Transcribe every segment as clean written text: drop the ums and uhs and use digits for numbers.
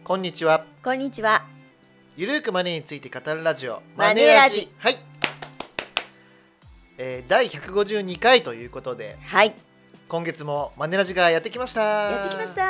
こんにちは。 こんにちは。 ゆるーくマネーについて語るラジオマネラジ。 はい、第152回ということで、 はい。 今月もマネラジがやってきました。 やってきました。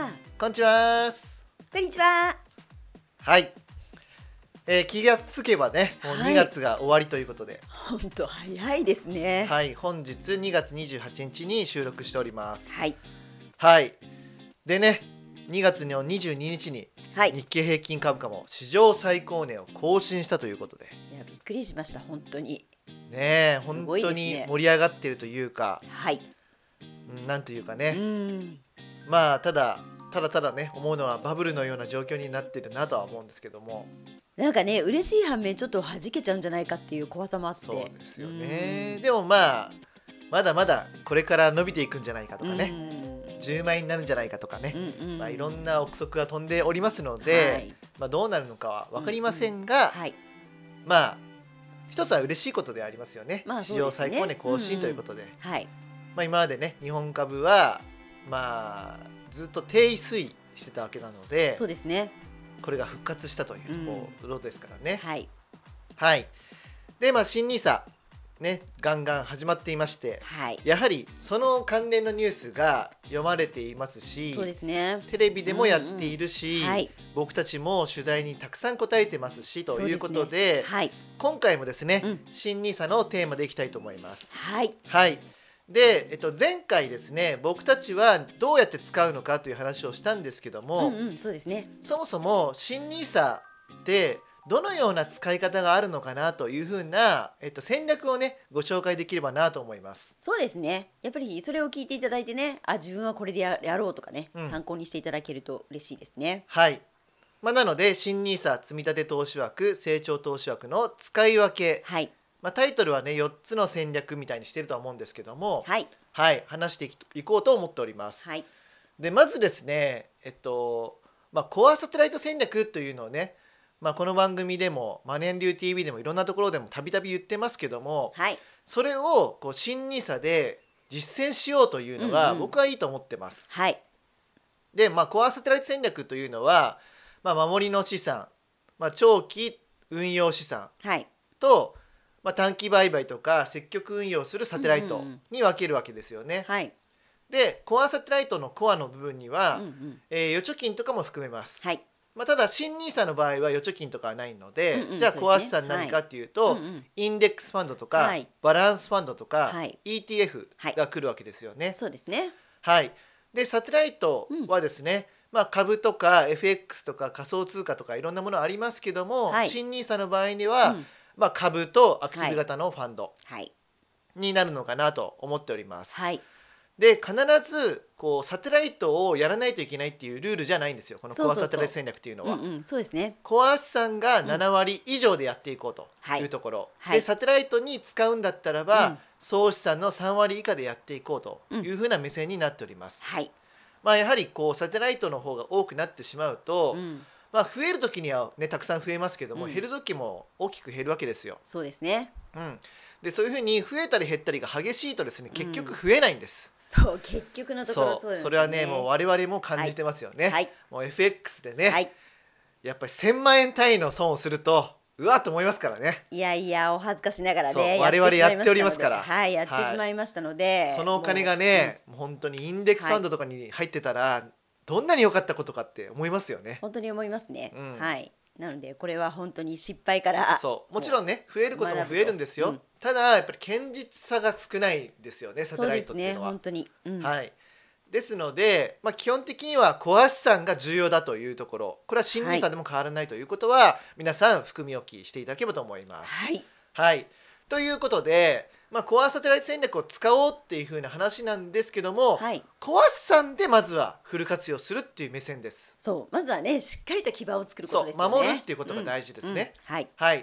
こんにちは。 こんにちは。 はい、気がつけばね、もう2月が終わりということで、 本当早いですね。 はい、本日2月28日に収録しております。 はい。 はい。でね、2月の22日にはい。 日経平均株価も史上最高値を更新したということで、 いやびっくりしました本当に。 ねえ、 す本ごいですね当に盛り上がってるというか、 はい。 なんというかうね、 ん。 まあただね思うのはバブルのような状況になってるなとは思うんですけども、 なんかね嬉しい反面ちょっと弾けちゃうんじゃないかっていう怖さもあって。 そうですよね。でもまあまだまだこれから伸びていくんじゃないかとかね、10万円になるんじゃないかとかね、まあ、いろんな憶測が飛んでおりますので、 はい。 まあ、どうなるのかは分かりませんが、 はい。 まあ一つは嬉しいことでありますよね。 まあ史上最高値更新ということで、 はい。 まあ、今までね日本株はまあずっと低位推移してたわけなので、 そうですね。 これが復活したというところですからね。 はい。 はい。でまあ新NISAねガンガン始まっていまして、 はい。 やはりその関連のニュースが読まれていますし、 そうですね。 テレビでもやっているし、 はい。 僕たちも取材にたくさん答えてますしということそうで、 ですね。はい。 今回もですね、 うん新NISAのテーマでいきたいと思います。 はい。 はい。で、前回ですね僕たちはどうやって使うのかという話をしたんですけども、 そうですね。 そもそも新NISAってどのような使い方があるのかなというふうな、戦略をねご紹介できればなと思います。 そうですね。やっぱりそれを聞いていただいてね、あ、自分はこれでやろうとかね、 うん参考にしていただけると嬉しいですね。 はい。まあ、なので新NISA積立投資枠成長投資枠の使い分け、 はい。 まあ、タイトルはね4つの戦略みたいにしてるとは思うんですけども、 はい。 はい、話していこうと思っております。 はい。 でまずですね、まあ、コアサテライト戦略というのをね、まあ、この番組でもマネーリュー TV でもいろんなところでもたびたび言ってますけども、 はい。 それをこう新NISAで実践しようというのが僕はいいと思ってます。 はい。 で、まあ、コアサテライト戦略というのは、まあ、守りの資産、まあ、長期運用資産はい。 と、まあ、短期売買とか積極運用するサテライトに分けるわけですよね。 はい。 でコアサテライトのコアの部分には、預貯金とかも含めます。 はい。 まあ、ただ新NISAの場合は預貯金とかはないので、じゃあそうですねコア資産何かっていうと、インデックスファンドとか、 はいバランスファンドとか、 はい ETF が来るわけですよね。 そうですね。 はい。でサテライトはですね、まあ、株とか FX とか仮想通貨とかいろんなものありますけども、 はい新NISAの場合には、まあ、株とアクティブ型のファンドはい。 になるのかなと思っております。 はい。 で必ずこうサテライトをやらないといけないっていうルールじゃないんですよ、このコアサテライト戦略っていうのは。 そうですね。 コア資産が7割以上でやっていこうというところ、でサテライトに使うんだったらば、総資産の3割以下でやっていこうというふうな目線になっております。 はい。 まあ、やはりこうサテライトの方が多くなってしまうと、まあ、増える時にはねたくさん増えますけども、減る時も大きく減るわけですよ。 そうですね。 でそういうふうに増えたり減ったりが激しいとですね、結局増えないんです。 そう結局のところそうですね。 それはねもう我々も感じてますよね。 はい。 もう FX でね、 はい。 やっぱり1000万円単位の損をするとうわっと思いますからね。 いやいやお恥ずかしながらね我々やっておりますから、 はい、やってしまいましたので、 そのお金がね、もう本当にインデックスファンドとかに入ってたら、どんなに良かったことかって思いますよね。 本当に思いますね。はい。なのでこれは本当に失敗からもちろんね増えることも増えるんですよ。ただやっぱり堅実さが少ないですよね、サテライトっていうのは。 そうですね、本当に。 はい。ですので、まあ、基本的にはコア資産が重要だというところ、これは新NISAでも変わらないということは、皆さん含み置きしていただければと思います。 はい。 はい。ということで、まあ、コアサテライト戦略を使おうっていう風な話なんですけども、コア資産でまずはフル活用するっていう目線です。 そうまずはねしっかりと基盤を作ることですよね。 守るっていうことが大事ですね。はい。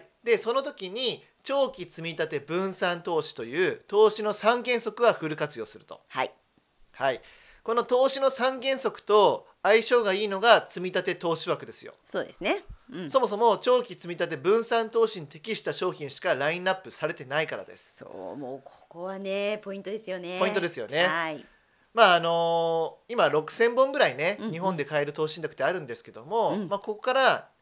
でその時に長期積み立て分散投資という投資の3原則はフル活用すると。はい。この投資の3原則と相性がいいのが積み立て投資枠ですよ。 そうですね。 そもそも長期積み立て分散投資に適した商品しかラインナップされてないからです。 そうもうここはねポイントですよね。 ポイントですよね。 はい。 今6000本ぐらいね、 うんうん日本で買える投資信託ってあるんですけども、 うんここから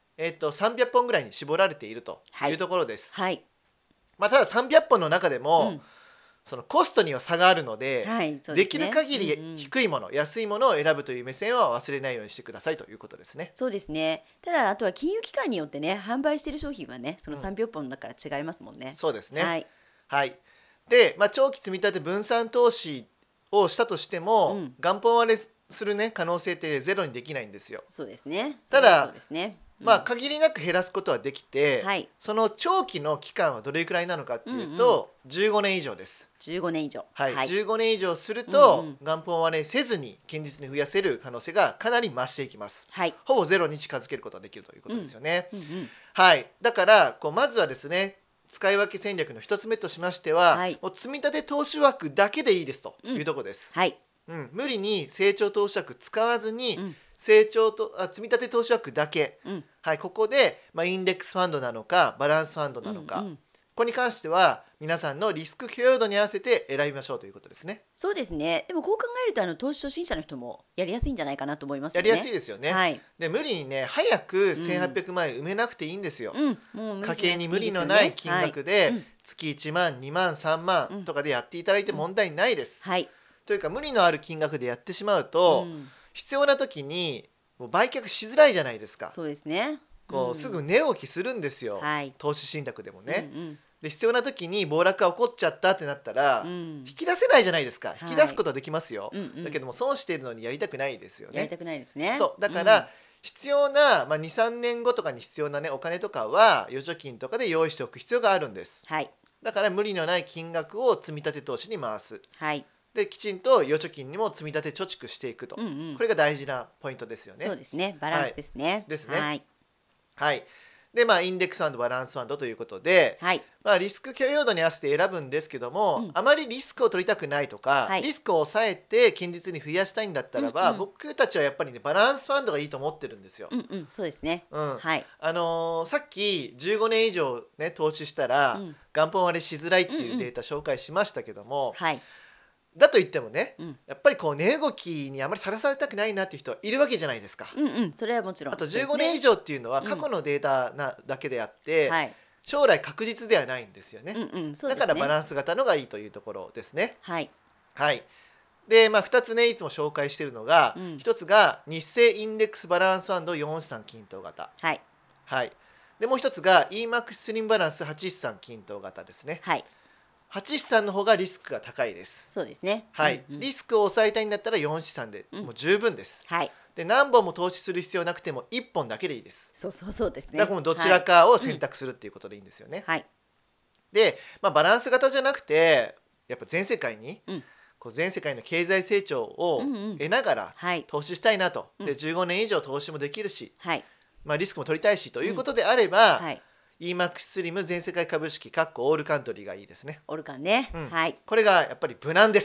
、300本ぐらいに絞られているとはいいうところです。 はいただ300本の中でも、 うんそのコストには差があるので、 はいそうできですねる限りうんうん低いもの、安いものを選ぶという目線は忘れないようにしてくださいということですね。 そうですね。ただあとは金融機関によってね販売している商品はねそのうん 300本だから違いますもんね。 そうですね。 はい。 はい。で、長期積み立て分散投資をしたとしても、 うん元本割れするね可能性ってゼロにできないんですよ。 そうですね。 ただそれはそうですね。 限りなく減らすことはできて、 はいその長期の期間はどれくらいなのかっていうと、15年以上です。 15年以上。 はい、 はい。 15年以上すると、 うんうん元本割れせずに堅実に増やせる可能性がかなり増していきます。 はいほぼゼロに近づけることができるということですよね。 うんうんはい、だからまずはですね、使い分け戦略の一つ目としましては、 はいもう積み立て投資枠だけでいいですというところです。 はい無理に成長投資枠使わずに、 うん積み立て投資枠だけ、 うんはい、ここで、インデックスファンドなのかバランスファンドなのか、 うんうんここに関しては皆さんのリスク許容度に合わせて選びましょうということですね。 そうですね。でもこう考えると投資初心者の人もやりやすいんじゃないかなと思いますよね。 やりやすいですよね。 はい。 で無理にね早く1800万円埋めなくていいんですよ。 もう無理しなく家計にていいですよね無理のない金額はいで月1万2万3万とかでやっていただいて問題ないです。 はい。 というか無理のある金額でやってしまうと、必要な時にもう売却しづらいじゃないですか。 そうですね。 すぐ値動きするんですよ、 はい投資信託でもね。 うんで必要な時に暴落が起こっちゃったってなったら、 うん引き出せないじゃないですか。 い引き出すことはできますよ、 うんうんだけども損しているのにやりたくないですよね。 やりたくないですね。 そうだから、必要な、23年後とかに必要なねお金とかは預貯金とかで用意しておく必要があるんです。 はいだから無理のない金額を積み立て投資に回す。 はい。 できちんと預貯金にも積み立て貯蓄していくと、これが大事なポイントですよね。 そうですね。バランスですね。 ですねはい。 はいでインデックスファンドバランスファンドということで、 はい。 リスク許容度に合わせて選ぶんですけども、あまりリスクを取りたくないとか、 はいリスクを抑えて堅実に増やしたいんだったらば、僕たちはやっぱりねバランスファンドがいいと思ってるんですよ。 そうですね。はい。 さっき15年以上ね投資したら、元本割れしづらいっていうデータ紹介しましたけども、 はい。 だと言ってもね、やっぱり値動きにあまりさらされたくないなっていう人はいるわけじゃないですか。 それはもちろん。 あと15年以上っていうのは過去のデータだけであって、 はい。 将来確実ではないんですよね。 そうですね。 だからバランス型のがいいというところですね。 はい。 はいで2つねいつも紹介しているのが、1つが日清インデックスバランスファンド4資産均等型。 はい。 はいでもう1つが EMAX スリムバランス8資産均等型ですね。 はい。 8資産の方がリスクが高いです。 そうですね。 はいリスクを抑えたいんだったら4資産でもう十分です。 はい。 で何本も投資する必要なくても1本だけでいいです。 そうですね。 だからもうどちらかを選択するっていうことでいいんですよね。 はい。 で、バランス型じゃなくてやっぱ全世界に、全世界の経済成長を得ながら投資したいなと、で15年以上投資もできるし、リスクも取りたいしということであれば、EMAX スリム全世界株式オールカントリーがいいですね。 オルカンね。はい。 これがやっぱり無難です。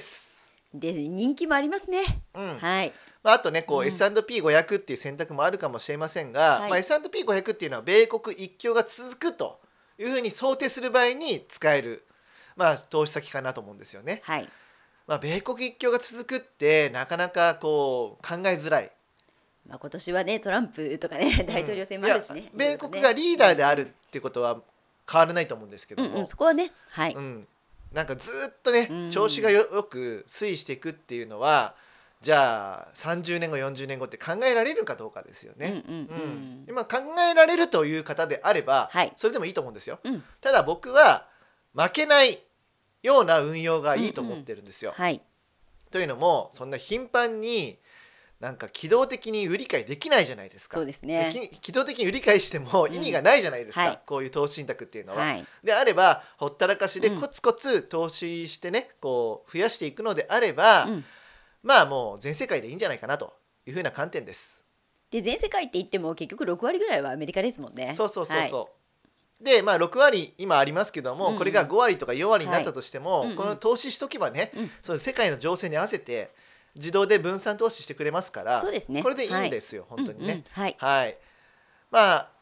で人気もありますね。はい。 あとねS&P500 っていう選択もあるかもしれませんが、S&P500 っていうのは米国一強が続くというふうに想定する場合に使える、投資先かなと思うんですよね。 はい。 米国一強が続くってなかなか考えづらい。 今年はねトランプとかね大統領選もあるしね。 米国がリーダーであるっていうことは変わらないと思うんですけども、 そこはね、はい。 なんかずっとね調子がよく推移していくっていうのは、じゃあ30年後40年後って考えられるかどうかですよね。今考えられるという方であれば、それでもいいと思うんですよ。ただ僕は負けないような運用がいいと思ってるんですよ。というのもそんな頻繁になんか機動的に売り買いできないじゃないですか。 そうですね。 機動的に売り買いしても意味がないじゃないですか、こういう投資信託っていうのは。であればほったらかしでコツコツ投資してね増やしていくのであれば、もう全世界でいいんじゃないかなというふうな観点です。 で全世界って言っても結局6割ぐらいはアメリカですもんね。 そうで6割今ありますけども、これが5割とか4割になったとしても、この投資しとけばね、その世界の情勢に合わせて自動で分散投資してくれますから、 そうですね、 これでいいんですよ、本当にね。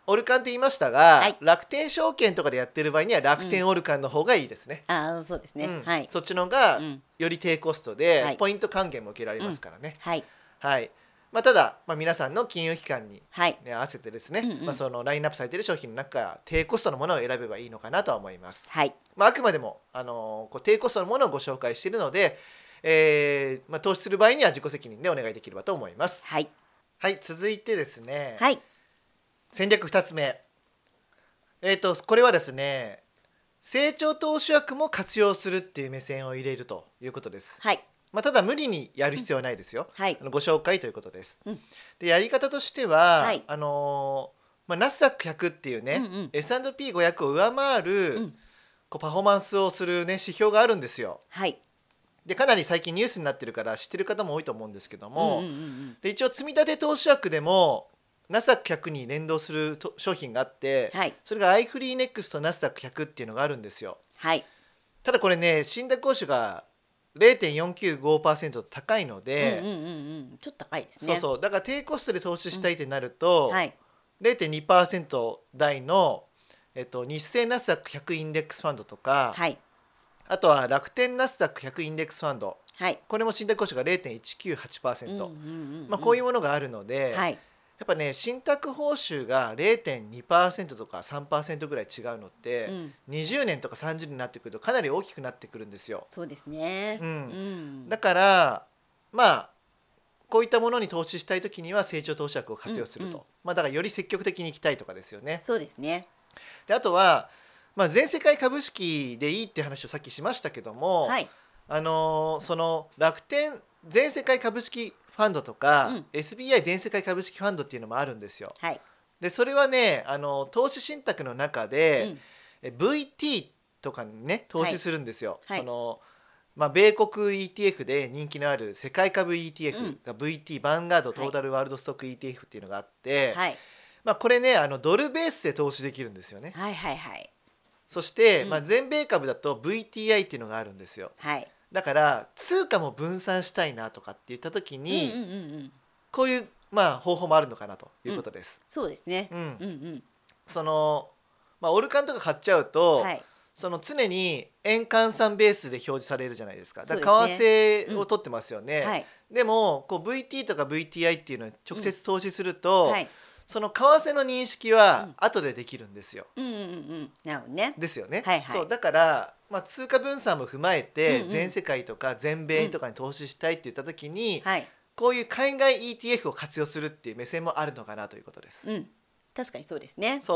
オルカンって言いましたが、 はい、 楽天証券とかでやってる場合には楽天オルカンの方がいいですね。 そうですね、はい、 そっちのがより低コストでポイント還元も受けられますからね。 はい、 はい。ただ、皆さんの金融機関に、 はい、 合わせてですね、そのラインナップされている商品の中低コストのものを選べばいいのかなとは思います。 はい、 あくまでも、こう低コストのものをご紹介しているので、投資する場合には自己責任でお願いできればと思います。 はい、 はい、続いてですね、 はい、 戦略2つ目。これはですね、成長投資枠も活用するっていう目線を入れるということです。 はい、 ただ無理にやる必要はないですよ。 はい、 ご紹介ということです。 うん、 でやり方としては、 はい、 ナスダック100っていうね、S&P500 を上回る、こうパフォーマンスをする、ね、指標があるんですよ。 はい、 でかなり最近ニュースになってるから知ってる方も多いと思うんですけども、で一応積み立て投資枠でもナスダック100に連動する商品があって、 はい、 それが iFreeNext ナスダック100っていうのがあるんですよ。 はい、 ただこれね、信託報酬が 0.495% と高いので、 ちょっと高いですね。 だから低コストで投資したいってなると、 はい、 0.2% 台の、日清ナスダック100インデックスファンドとか、 はい、 あとは楽天ナスダック100インデックスファンド、 はい、 これも信託報酬が 0.198%、こういうものがあるので、 はい、 やっぱね、信託報酬が 0.2% とか 3% ぐらい違うのって、20年とか30年になってくるとかなり大きくなってくるんですよ。 そうですね、 だからこういったものに投資したいときには成長投資枠を活用すると、だからより積極的にいきたいとかですよね。 そうですね。 であとは、全世界株式でいいっていう話をさっきしましたけども、 はい、 その楽天全世界株式ファンドとか、SBI 全世界株式ファンドっていうのもあるんですよ。 はい、 でそれはね、投資信託の中で、VT とかにね投資するんですよ。 はい、 その米国 ETF で人気のある世界株 ETF が VT、バンガードトータルワールドストック ETF っていうのがあって、 はい、 これねドルベースで投資できるんですよね。 はい、はい、はい、 そして、全米株だと VTI っていうのがあるんですよ。 はい、 だから通貨も分散したいなとかって言った時に、こういう、方法もあるのかなということです。 そうですね。 その、オルカンとか買っちゃうと、 はい、 その常に円換算ベースで表示されるじゃないですか。だから為替を取ってますよね。 はい、 でもこう VT とか VTI っていうのに直接投資すると、 はい、 その為替の認識は後でできるんですよ。 なるほどね。 ですよね。 はいはい、 そうだから、通貨分散も踏まえて、全世界とか全米とかに投資したいって言った時に、 はい、 こういう海外 ETF を活用するっていう目線もあるのかなということです。 確かにそうですね。 そう、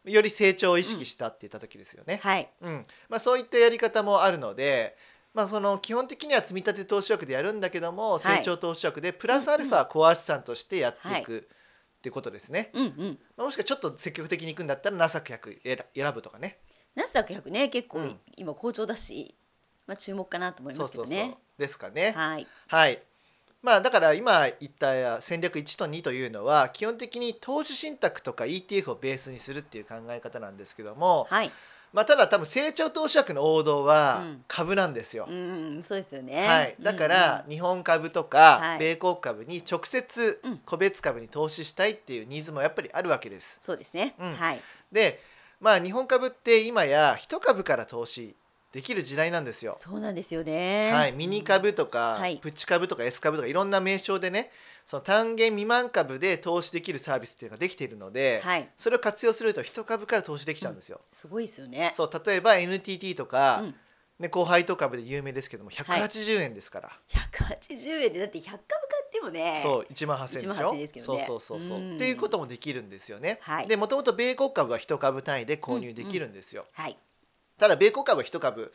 より成長を意識したって言った時ですよね。 はい、 そういったやり方もあるので、その基本的には積み立て投資枠でやるんだけども、成長投資枠でプラスアルファコア資産としてやっていくっていうことですね。もしくはちょっと積極的にいくんだったらナスダック100選ぶとかね。 ナスダック100ね、結構今好調だし、注目かなと思いますけどね。 ですかね。 はい、 はい。だから今言った戦略1と2というのは基本的に投資信託とか ETF をベースにするっていう考え方なんですけども、 はい、 ただ多分成長投資枠の王道は株なんですよ。 そうですよね。 はい、だから日本株とか米国株に直接個別株に投資したいっていうニーズもやっぱりあるわけです。 そうですね。はい。 で、日本株って今や1株から投資できる時代なんですよ。 そうなんですよね。 はい、ミニ株とか、プチ株とか S 株とかいろんな名称でね、その単元未満株で投資できるサービスっていうのができているので、それを活用すると1株から投資できちゃうんですよ。 すごいですよね。 そう、例えば NTT とか、高配当株で有名ですけども180円ですから。 180円でだって100株買ってもね。 そう1万8000円でしょ。 ですけどね。 そうっていうこともできるんですよね。 はい、 でもともと米国株は1株単位で購入できるんですよ。 はい、 ただ米国株は1株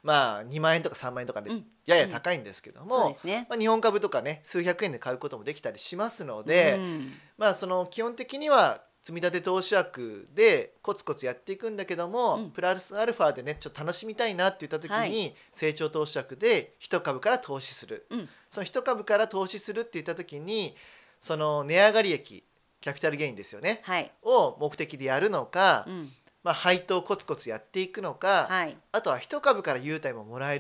2万円とか3万円とかでやや高いんですけども、日本株とかね数百円で買うこともできたりしますので、その基本的には積み立て投資枠でコツコツやっていくんだけども、プラスアルファでねちょっと楽しみたいなって言った時に、成長投資枠で1株から投資する、その1株から投資するって言った時にその値上がり益キャピタルゲインですよね、を目的でやるのか、配当をコツコツやっていくのか、あとは1株から優待ももらえる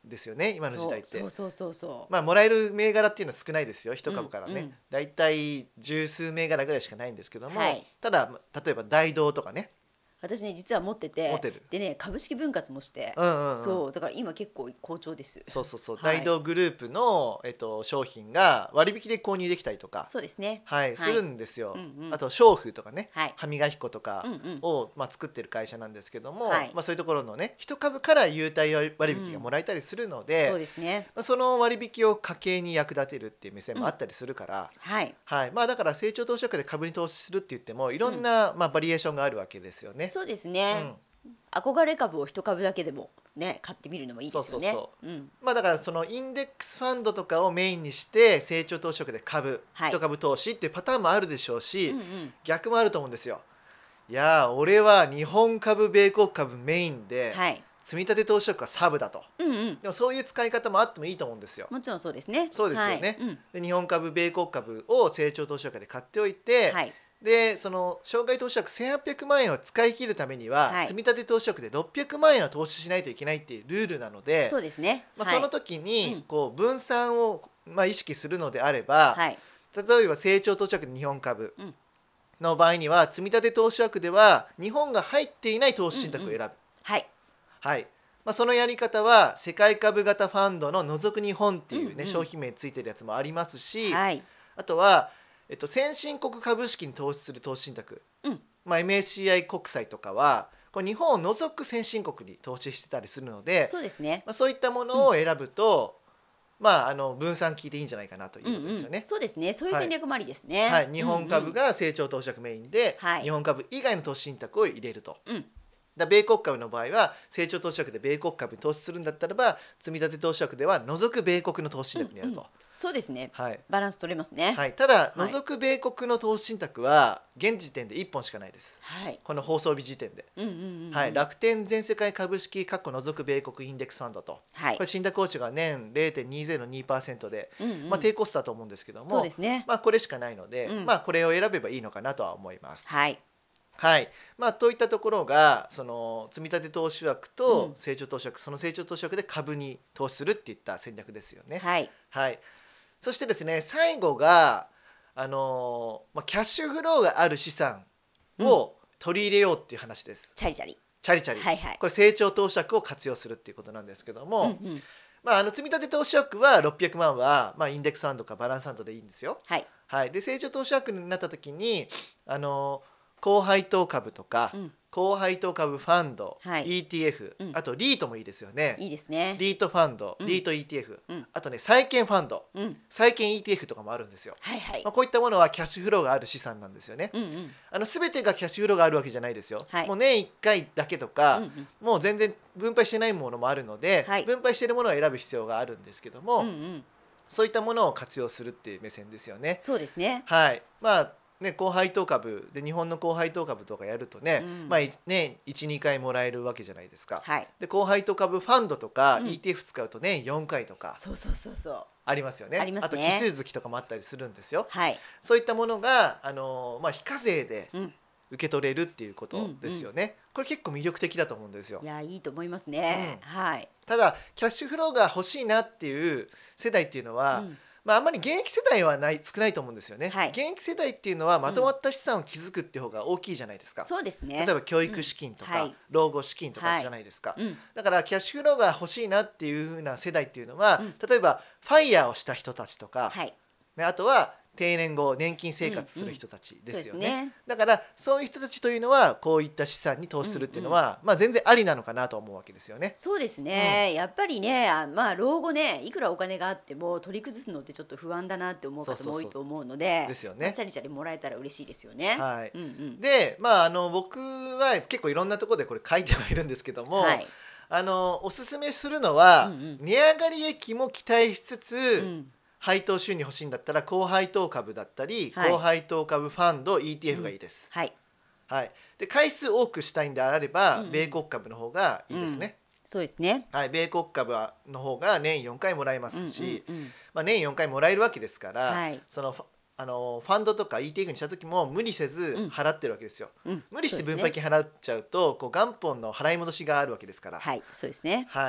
ですよね今の時代って。 そうまあもらえる銘柄っていうのは少ないですよ、一株からね、だいたい十数銘柄ぐらいしかないんですけども、ただ例えば大同とかね、 私ね実は持ってて、 るでね株式分割もして、そうだから今結構好調です。 大同グループの、商品が割引で購入できたりとか、 そうですね、 するんですよ。あと商風とかね、歯磨き粉とかを、作ってる会社なんですけども、そういうところのね一株から優待割引がもらえたりするので、 そうですね、 その割引を家計に役立てるっていう目線もあったりするから、だから成長投資枠で株に投資するって言ってもいろんな、バリエーションがあるわけですよね。 そうですね、憧れ株を一株だけでもね買ってみるのもいいですよね。 だからそのインデックスファンドとかをメインにして成長投資枠で一株投資っていうパターンもあるでしょうし、逆もあると思うんですよ。いや俺は日本株米国株メインで、積み立て投資枠はサブだと、でもそういう使い方もあってもいいと思うんですよ。 もちろんそうですね。 そうですよね、で日本株米国株を成長投資枠で買っておいて、でその生涯投資枠1800万円を使い切るためには、積み立て投資枠で600万円は投資しないといけないっていうルールなので、 そうですね、 その時にこう分散を意識するのであれば、例えば成長投資枠で日本株の場合には積み立て投資枠では日本が入っていない投資信託を選ぶ。そのやり方は世界株型ファンドの除く日本っていうね、商品名ついてるやつもありますし、あとは先進国株式に投資する投資信託、MSCI 国債とかはこれ日本を除く先進国に投資してたりするので、 そうですね、 そういったものを選ぶと、分散効いていいんじゃないかなということですよね。 そうですね、そういう戦略もありですね。 日本株が成長投資枠メインで、日本株以外の投資信託を入れると。米国株の場合は成長投資枠で米国株に投資するんだったらば積み立て投資枠では除く米国の投資信託にやると、 そうですね、バランス取れますね。 ただ除く米国の投資信託は現時点で1本しかないです、この放送日時点で。楽天全世界株式除く米国インデックスファンドと、これ信託報酬が年 0.202% で、低コストだと思うんですけども、これしかないので、これを選べばいいのかなとは思います。といったところがその積み立て投資枠と成長投資枠、その成長投資枠で株に投資するっていった戦略ですよね。そしてですね、最後がキャッシュフローがある資産を取り入れようっていう話です。チャリチャリ、これ成長投資枠を活用するっていうことなんですけども、積み立て投資枠は600万は、インデックスファンドかバランスファンドでいいんですよ。で成長投資枠になった時に高配当株とか、高配当株ファンド、ETF、あとリートもいいですよね。 いいですね。 リートファンド、リート ETF、あとね債券ファンド、債券 ETF とかもあるんですよ。こういったものはキャッシュフローがある資産なんですよね。全てがキャッシュフローがあるわけじゃないですよ。もう年1回だけとか、もう全然分配してないものもあるので、分配しているものを選ぶ必要があるんですけども、そういったものを活用するっていう目線ですよね。 そうですね。 高配当株で日本の高配当株とかやるとね、年 1,2 回もらえるわけじゃないですか。で高配当株ファンドとか ETF 使うと年4回とかありますよね。あと奇数月とかもあったりするんですよ。そういったものが非課税で受け取れるっていうことですよね。これ結構魅力的だと思うんですよ。 いやいいと思いますね。 ただキャッシュフローが欲しいなっていう世代っていうのは、あんまり現役世代は少ないと思うんですよね。現役世代っていうのはまとまった資産を築くっていう方が大きいじゃないですか。 そうですね。 例えば教育資金とか、老後資金とかじゃないですか。だからキャッシュフローが欲しいなっていう風な世代っていうのは、例えばファイヤーをした人たちとか、あとは定年後年金生活する人たちですよね。だからそういう人たちというのはこういった資産に投資するっていうのは、全然ありなのかなと思うわけですよね。 そうですね、やっぱりね老後ねいくらお金があっても取り崩すのってちょっと不安だなって思う方も多いと思うので、チャリチャリもらえたら嬉しいですよね。 で僕は結構いろんなところでこれ書いてはいるんですけども、おすすめするのは、値上がり益も期待しつつ、配当収入欲しいんだったら高配当株だったり、高配当株ファンド ETF がいいです。で回数多くしたいんであれば、米国株の方がいいですね。 そうですね。 米国株の方が年4回もらえますし、年4回もらえるわけですから、そのファンドとか ETF にした時も無理せず払ってるわけですよ。無理して分配金払っちゃうと元本の払い戻しがあるわけですから。 そうですね。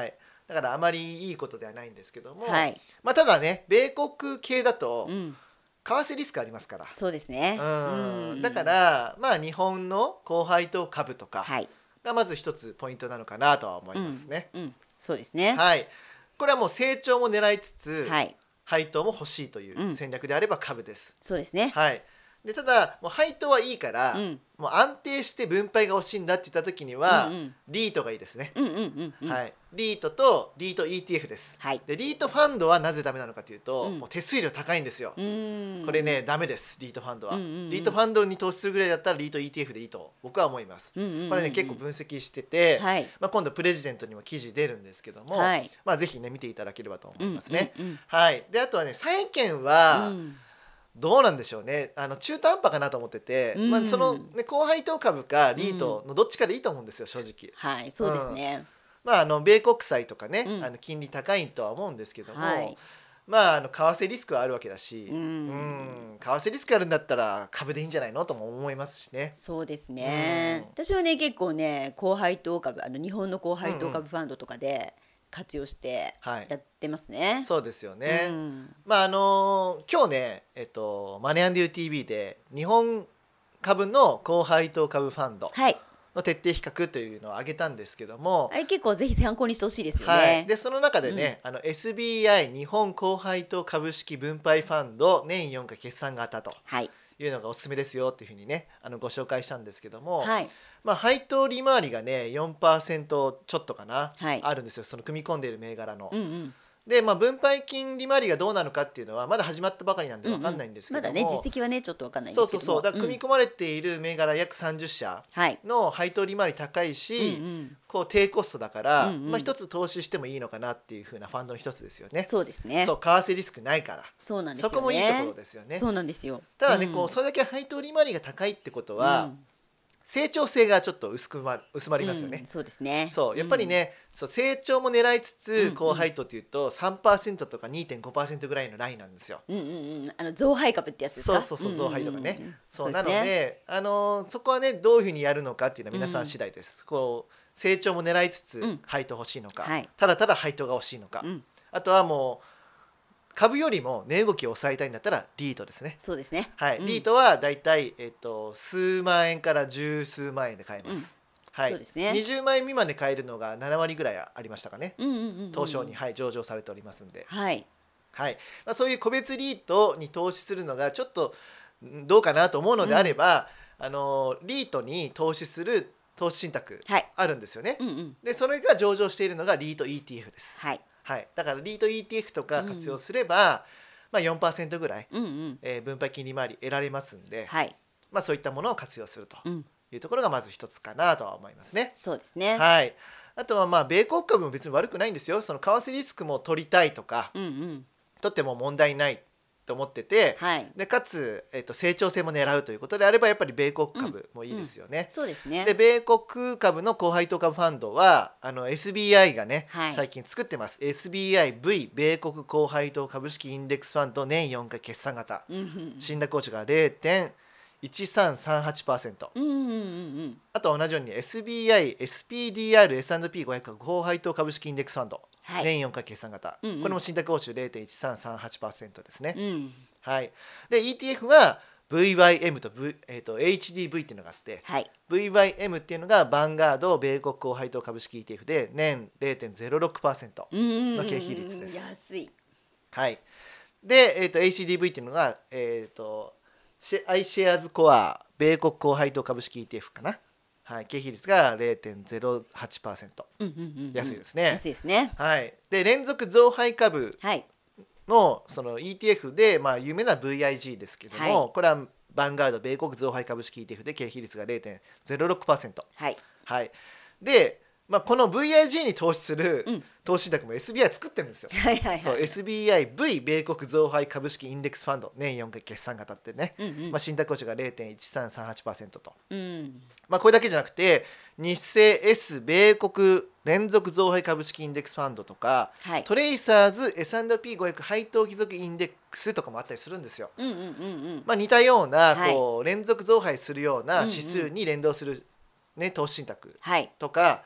だからあまりいいことではないんですけども、 はい、 まあ、ただね米国系だと、 うん、 為替リスクありますから。 そうですね。 だからまあ日本の高配当株とかはい、 がまず一つポイントなのかなとは思いますね。 そうですね。 はい、これはもう成長も狙いつつ、 はい、 配当も欲しいという戦略であれば株です。 そうですね。 はい、でただもう配当はいいから、もう安定して分配が欲しいんだって言った時には、リートがいいですね。はい、リートとリート ETF です。はい、でリートファンドはなぜダメなのかというと、もう手数料高いんですよ。これねダメです。リートファンドは、リートファンドに投資するぐらいだったらリート ETF でいいと僕は思います。これね結構分析してて、はい、まあ、今度プレジデントにも記事出るんですけども、はい、まあ、ぜひね見ていただければと思いますね。はい、であとはね債券は、どうなんでしょうね、中途半端かなと思ってて、まあそのね、高配当株かリートのどっちかでいいと思うんですよ正直。 はい、そうですね。 まあ、米国債とかね、金利高いとは思うんですけども、はい、まあ、為替リスクはあるわけだし、為替リスクあるんだったら株でいいんじゃないのとも思いますしね。 そうですね。私はね結構ね高配当株日本の高配当株ファンドとかで活用してやってますね。はい、 そうですよね。まあ今日ねマネー&ユー TV で日本株の高配当株ファンド、はいの徹底比較というのを挙げたんですけども、 あれ結構ぜひ参考にしてほしいですよね。 はい、でその中でね、SBI 日本高配当株式分配ファンド年4回決算型というのがおすすめですよっていうふうにねご紹介したんですけども、はい、まあ、配当利回りがね 4% ちょっとかな、はい、あるんですよその組み込んでいる銘柄の。で、まあ、分配金利回りがどうなのかっていうのはまだ始まったばかりなんで分かんないんですけども、 まだね実績はねちょっと分かんないんですけども、 そうだから組み込まれている銘柄約30社の配当利回り高いし、こう低コストだから、まあ、一つ投資してもいいのかなっていう風なファンドの一つですよね。 そうですね。 そう為替リスクないから、 そうなんですよね。 そこもいいところですよね。 そうなんですよ。 ただね、こうそれだけ配当利回りが高いってことは、成長性がちょっと薄まりますよね。 そうですね。 そうやっぱりね、そう成長も狙いつつ高配当っていうと 3% とか 2.5% ぐらいのラインなんですよ。 増配株ってやつですか。 そう増配とかね。そうなのでそこはねどういうふうにやるのかっていうのは皆さん次第です。こう成長も狙いつつ配当欲しいのか、ただただ配当が欲しいのか、あとはもう株よりも値動きを抑えたいんだったらリートですね。 そうですね。 はい、リートはだいたい数万円から十数万円で買えます。はい、そうですね。20万円未満で買えるのが7割ぐらいありましたかね。東証に、はい、上場されておりますんで、はいはい、まあ、そういう個別リートに投資するのがちょっとどうかなと思うのであれば、リートに投資する投資信託あるんですよね。でそれが上場しているのがリート ETF です。はいはい、だからリート ETF とか活用すれば、まあ、4% ぐらい、分配金利回り得られますんで、はい、まあ、そういったものを活用するというところがまず一つかなとは思いますね。 そうですね。 はい、あとはまあ米国株も別に悪くないんですよ。その為替リスクも取りたいとか、取っても問題ないと思ってて、はい、でかつ、成長性も狙うということであればやっぱり米国株もいいですよね。 そうですね。 で米国株の高配当株ファンドはSBI がね、はい、最近作ってます。 SBIV 米国高配当株式インデックスファンド年4回決算型、信託報酬が 0.1338%、あと同じように SBI SPDR S&P500 高配当株式インデックスファンド、はい、年4回決算型、これも信託報酬 0.1338% ですね。はい、で ETF は VYM と、HDV っていうのがあって、はい、VYM っていうのがバンガード米国高配当株式 ETF で年 0.06% の経費率です。 安い。 はい、で、HDV っていうのが、iShares コア米国高配当株式 ETF かな。はい、経費率が 0.08%、安いですね。 安いですね。 はい、で連続増配株のその ETF で、まあ、有名な VIG ですけども、はい、これはヴァンガード米国増配株式 ETF で経費率が 0.06%、はいはい、で、まあ、この VIG に投資する投資信託も SBI 作ってるんですよ。そう SBIV 米国増配株式インデックスファンド年4回決算型ってね、まあ、信託報酬が 0.1338% と、まあ、これだけじゃなくて日清 S 米国連続増配株式インデックスファンドとか、はい、トレイサーズ S&P500 配当貴族インデックスとかもあったりするんですよ。まあ、似たようなこう連続増配するような指数に連動する、ね、投資信託とか、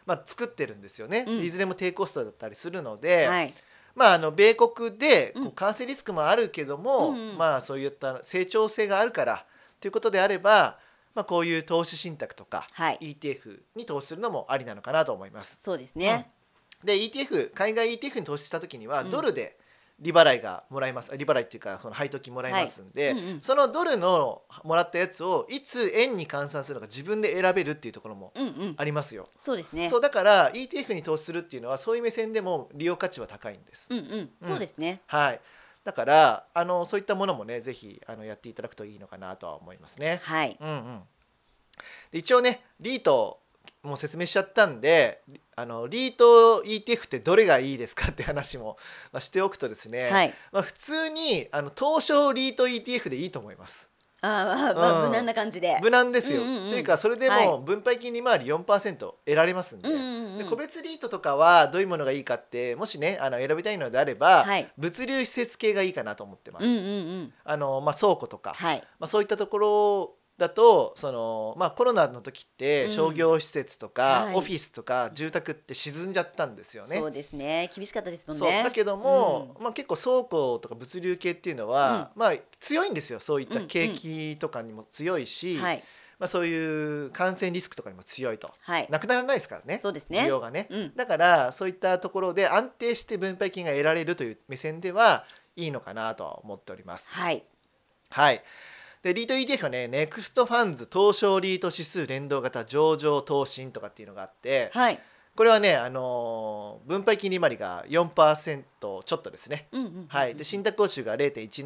作ってるんですよね、いずれも低コストだったりするので、米国で為替リスクもあるけども、そういった成長性があるからということであれば、こういう投資信託とか ETF に投資するのもありなのかなと思います。 そうですね、 で ETF 海外 ETF に投資した時にはドルで利払いがもらえます、利払いっていうかその配当金もらえますんで、そのドルのもらったやつをいつ円に換算するのか自分で選べるっていうところもありますよ。 そうですね。 そうだから ETF に投資するっていうのはそういう目線でも利用価値は高いんです。 そうですね。 はい。だからそういったものもねぜひやっていただくといいのかなとは思いますね。 はい。 で一応ねリートもう説明しちゃったんでリート ETF ってどれがいいですかって話もしておくとですね、普通に東証リート ETF でいいと思います。 無難な感じで無難ですよ、というかそれでも分配金利回り 4% 得られますんで、で個別リートとかはどういうものがいいかってもしね選びたいのであれば、物流施設系がいいかなと思ってます。倉庫とか、そういったところだとコロナの時って商業施設とか、オフィスとか住宅って沈んじゃったんですよね。 そうですね、厳しかったですもんね。 そうだけども、結構倉庫とか物流系っていうのは、強いんですよ。そういった景気とかにも強いし、そういう感染リスクとかにも強いと、なくならないですからね、 そうですね、 需要がね、だからそういったところで安定して分配金が得られるという目線ではいいのかなとは思っております。はいでリート ETF はね、ネクストファンズ東証リート指数連動型上場投信とかっていうのがあって、これはね、分配金利回りが 4% ちょっとですね。で信託報酬が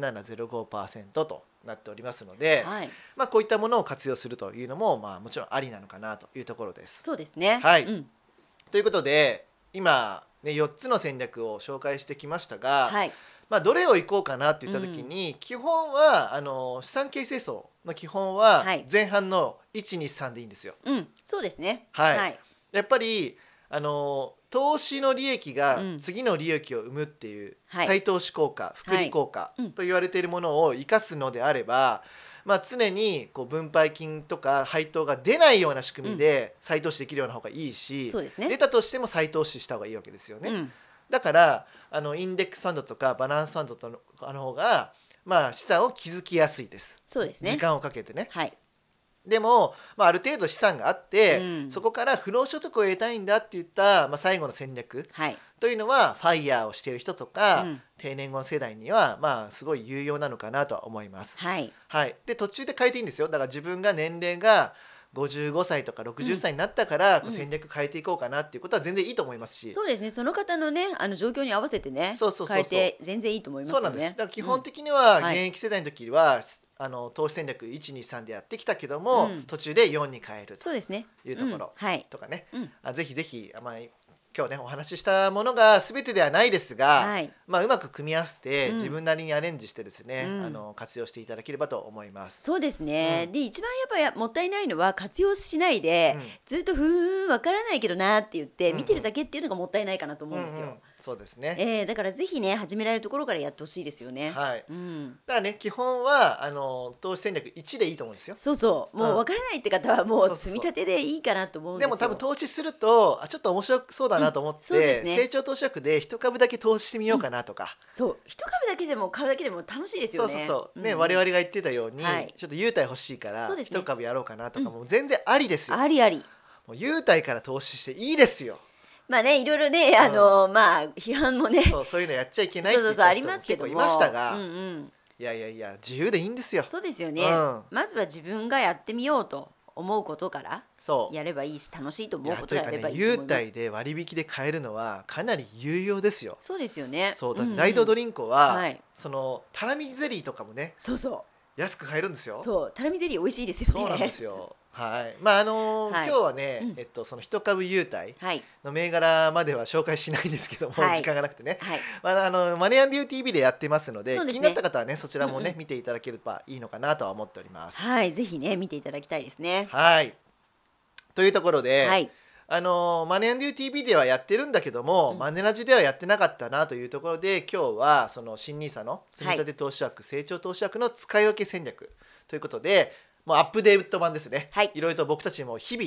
0.1705% となっておりますので、こういったものを活用するというのも、もちろんありなのかなというところです。 そうですね。 ということで今、ね、4つの戦略を紹介してきましたが、どれをいこうかなって言った時に、基本は資産形成層の基本は前半の 1,2,3 でいいんですよ。 そうですね。 やっぱり投資の利益が次の利益を生むっていう再投資効果、複利効果と言われているものを生かすのであれば、常に分配金とか配当が出ないような仕組みで再投資できるような方がいいし、出たとしても再投資した方がいいわけですよね。だからインデックスファンドとかバランスファンドの方が資産を築きやすいです。 そうですね。 時間をかけてね。でも、ある程度資産があって、そこから不労所得を得たいんだっていった、最後の戦略というのはファイヤーをしている人とか、定年後の世代にはすごい有用なのかなとは思います。で途中で変えていいんですよ。だから自分が年齢が55歳とか60歳になったから戦略変えていこうかなっていうことは全然いいと思いますし、 そうですね、その方のね状況に合わせてね変えて全然いいと思いますよね。 そうなんです。だから基本的には現役世代の時は、投資戦略 1,2,3 でやってきたけども、途中で4に変えるというところとかね、ぜひぜひ今日ねお話ししたものが全てではないですが、うまく組み合わせて自分なりにアレンジしてですね、活用していただければと思います。 そうですね、で一番やっぱもったいないのは活用しないで、ずっとわからないけどなって言って見てるだけっていうのがもったいないかなと思うんですよ。 そうですね、 だからぜひね始められるところからやってほしいですよね。 だからね基本は投資戦略1でいいと思うんですよ。 そうもうわからないって方はもう積み立てでいいかなと思うんですよ。 でも多分投資するとちょっと面白そうだなと思って、成長投資枠で一株だけ投資してみようかなとか、 そう一株だけでも買うだけでも楽しいですよね。 我々が言ってたように、ちょっと優待欲しいから一株やろうかなとかも全然ありですよ。 ありあり。 もう優待から投資していいですよ。 いろいろね批判もねそういうのやっちゃいけないって言った人も結構いましたが、いや自由でいいんですよ。 そうですよね、まずは自分がやってみようと思うことからやればいいし、楽しいと思うことをやればいいと思います。 優待で割引で買えるのはかなり有用ですよ。 そうですよね。 だって大道ドリンクは、タラミゼリーとかもね安く買えるんですよ。 タラミゼリー美味しいですよね。 そうなんですよ。今日はね、その一株優待の銘柄までは紹介しないんですけども、時間がなくてね、マネー&デュー TV でやってますので、気になった方はねそちらもね、見ていただければいいのかなとは思っております。 ぜひね見ていただきたいですね。 というところで、マネー&デュー TV ではやってるんだけども、マネラジではやってなかったなというところで、今日はその新NISAの積み立て投資枠、成長投資枠の使い分け戦略ということで、もうアップデート版ですね、いろいろと僕たちも日々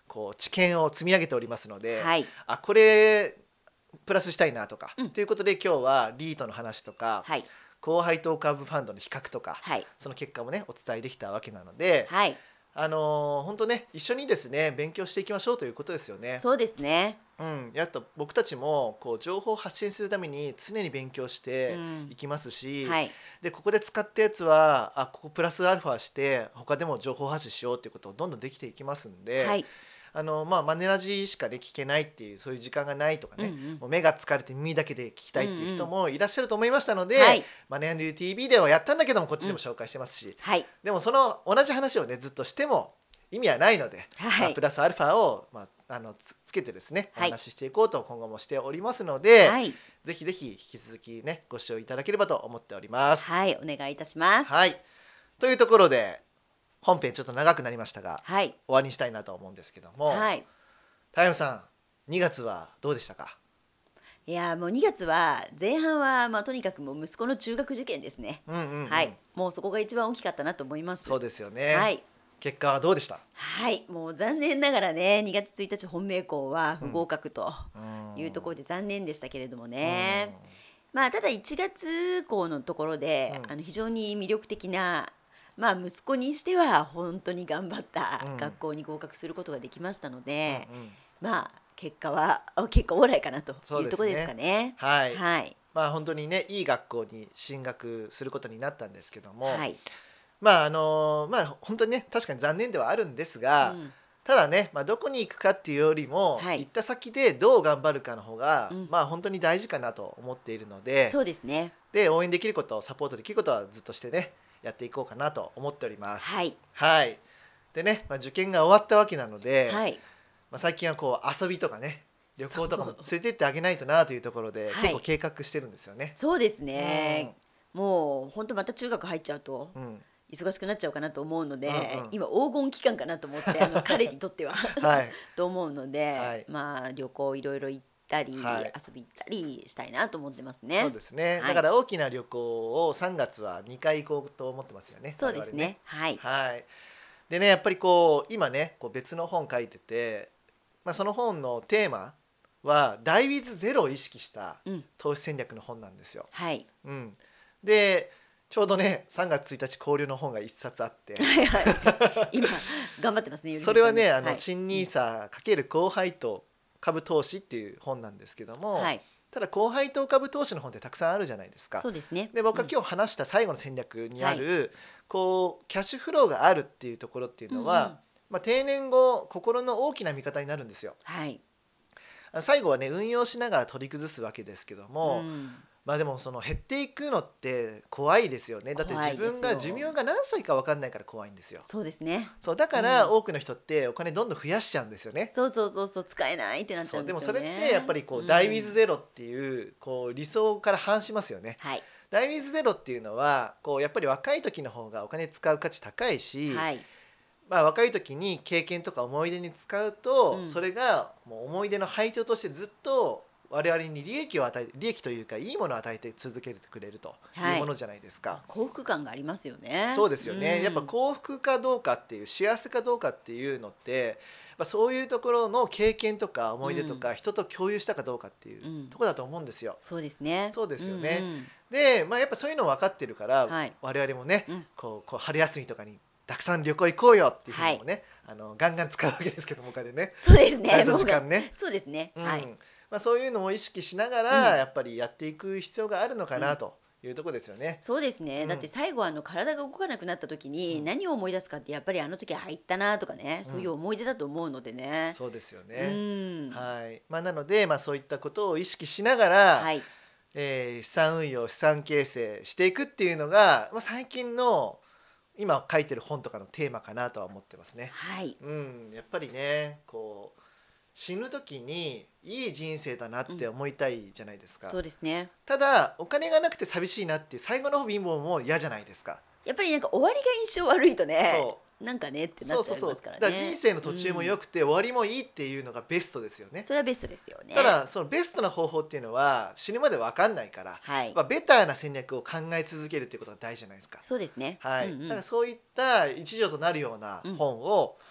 こう知見を積み上げておりますので、 はい、 これプラスしたいなとか、ということで今日はリートの話とか、 はい、 高配当株ファンドの比較とか、 はい、 その結果もねお伝えできたわけなので、 はい、 本当ね一緒にですね勉強していきましょうということですよね。 そうですね。 やっと僕たちもこう情報を発信するために常に勉強していきますし、 はい、 でここで使ったやつはここプラスアルファして他でも情報発信しようっていうことをどんどんできていきますんで、 はい、 マネラジしかで聞けないっていうそういう時間がないとかね、もう目が疲れて耳だけで聞きたいっていう人もいらっしゃると思いましたので、 はい、 マネ&ユー TV ではやったんだけどもこっちでも紹介してますし、 はい、 でもその同じ話をねずっとしても意味はないので、 はい、 プラスアルファを、つけてですねお話ししていこうと今後もしておりますので、 はい、 ぜひぜひ引き続きねご視聴いただければと思っております。 はい、お願いいたします。 はい、というところで本編ちょっと長くなりましたが、 はい、 終わりにしたいなと思うんですけども、 はい、 太陽さん2月はどうでしたか？ いやもう2月は前半はとにかくもう息子の中学受験ですね。はい、もうそこが一番大きかったなと思います。 そうですよね。 はい。 結果はどうでした？ はい、もう残念ながらね2月1日本命校は不合格というところで残念でしたけれどもね、ただ1月校のところで、非常に魅力的な、息子にしては本当に頑張った学校に合格することができましたので、結果は結構オーライかなというところですかね。 はい、はい、本当にねいい学校に進学することになったんですけども、はい、本当にね確かに残念ではあるんですが、ただね、どこに行くかっていうよりも、行った先でどう頑張るかの方が、本当に大事かなと思っているので、 そうですね。 で応援できることサポートできることはずっとしてねやっていこうかなと思っております。 はい、 はい、でね、受験が終わったわけなので、はい、最近はこう遊びとかね旅行とかも連れてってあげないとなというところで結構計画してるんですよね。 そうですね、もう本当また中学入っちゃうと、忙しくなっちゃうかなと思うので、今黄金期間かなと思って彼にとっては、はい、と思うので、旅行いろいろ行ったり、遊び行ったりしたいなと思ってますね。 そうですね、だから大きな旅行を3月は2回行こうと思ってますよね。 そうですね、はい、 はい、でねやっぱりこう今ねこう別の本書いてて、その本のテーマはダイウィズゼロを意識した投資戦略の本なんですよ。はい、でちょうどね3月1日交流の本が1冊あって今頑張ってますね。 それはね新NISA ×高配当株投資っていう本なんですけども、ただ高配当株投資の本ってたくさんあるじゃないですか。 そうですね。 で僕が今日話した最後の戦略にある、こうキャッシュフローがあるっていうところっていうのは、定年後心の大きな味方になるんですよ。はい、最後はね運用しながら取り崩すわけですけども、でもその減っていくのって怖いですよね。だって自分が寿命が何歳か分かんないから怖いんですよ。 そうですね。 そうだから多くの人ってお金どんどん増やしちゃうんですよね。 そう使えないってなっちゃうんですよね。 でもそれってやっぱりこうダイウィズゼロっていうこう理想から反しますよね。はい、ダイウィズゼロっていうのはこうやっぱり若い時の方がお金使う価値高いし、若い時に経験とか思い出に使うと、それがもう思い出の配当としてずっと我々に利益というかいいものを与えて続けてくれるというものじゃないですか。 幸福感がありますよね。 そうですよね、やっぱ幸福かどうかっていう幸せかどうかっていうのってそういうところの経験とか思い出とか、人と共有したかどうかっていうところだと思うんですよ。 そうですね。 そうですよね。で、やっぱそういうの分かってるから、我々もね、こう春休みとかにたくさん旅行行こうよっていうふうにもね、ガンガン使うわけですけどもお金ね。 そうですね。 時間ね。 そうですね。はい。 そういうのを意識しながら、やっぱりやっていく必要があるのかなというところですよね。 そうですね。だって最後体が動かなくなった時に何を思い出すかってやっぱりあの時入ったなとかね、そういう思い出だと思うのでね。 そうですよね。はい。なのでそういったことを意識しながら、資産運用資産形成していくっていうのが、最近の今書いてる本とかのテーマかなとは思ってますね。はい。やっぱりねこう死ぬ時にいい人生だなって思いたいじゃないですか。 そうですね。 ただお金がなくて寂しいなっていう最後の貧乏も嫌じゃないですか。 やっぱり終わりが印象悪いとね、なんかねってなっちゃいますからね。 だから人生の途中も良くて、終わりもいいっていうのがベストですよね。 それはベストですよね。 ただそのベストな方法っていうのは死ぬまで分かんないから、ベターな戦略を考え続けるっていうことが大事じゃないですか。 そうですね。 はい。だからそういった一助となるような本を、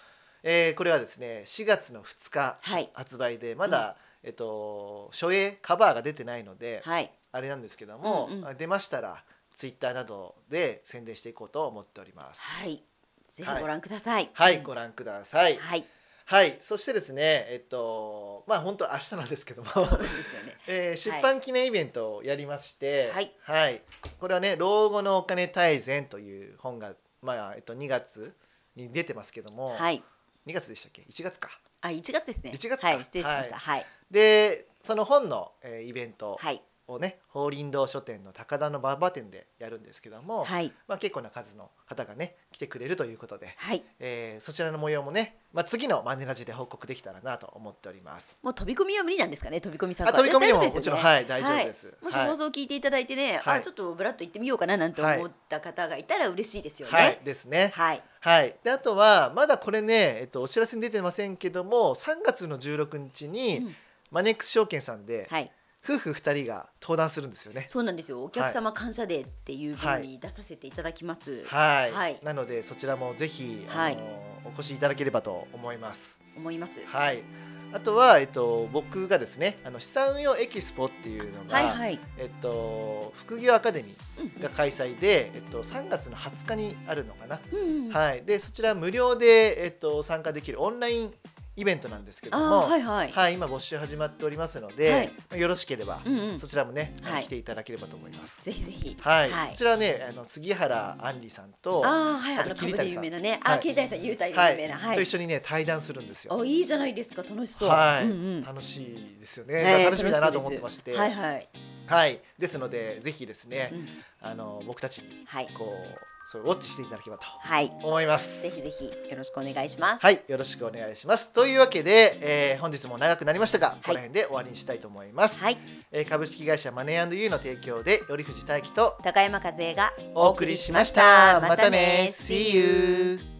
これはですね4月の2日発売で、まだ、初映カバーが出てないので、あれなんですけども、出ましたらツイッターなどで宣伝していこうと思っております。 はい、ぜひご覧ください。 はい、ご覧ください。はい、そしてですね、まあ本当明日なんですけども、そうですよね。出版記念イベントをやりまして、はい、これはね、老後のお金大全という本が、まあ2月に出てますけども、2月でしたっけ？1月か。 1月ですね。 1月か。 はい、失礼しました。はい。 で、その本のイベントをね、宝林堂書店の高田の馬場店でやるんですけども、まあ結構な数の方がね来てくれるということで、そちらの模様もね、まあ次のマネラジで報告できたらなと思っております。 もう飛び込みは無理なんですかね、飛び込み参加。 飛び込みももちろん大丈夫です。 もし放送を聞いていただいてね、ちょっとブラッと行ってみようかななんて思った方がいたら嬉しいですよね。 はいですね。はい。であとはまだこれね、お知らせに出てませんけども、3月の16日にマネックス証券さんで、夫婦2人が登壇するんですよね。 そうなんですよ。お客様感謝デーっていう風に出させていただきます。 なのでそちらもぜひお越しいただければと思います。あとは僕がですね、資産運用エキスポっていうのが副業アカデミーが開催で3月の20日にあるのかな。でそちら無料で参加できるオンラインイベントなんですけども、今募集始まっておりますので、よろしければそちらもね来ていただければと思います。 ぜひぜひ。 こちらはね杉原杏里さんと桐谷さん、桐谷さん雄太有名なと一緒にね対談するんですよ。 いいじゃないですか、楽しそう。 楽しいですよね。楽しみだなと思ってまして、ですのでぜひですね僕たちにこうそれウォッチしていただければと思います。 ぜひぜひよろしくお願いします。 はい、よろしくお願いします。というわけで、本日も長くなりましたが、この辺で終わりにしたいと思います。株式会社マネー&ユーの提供で頼藤大樹と高山和恵がお送りしました。またね。See you。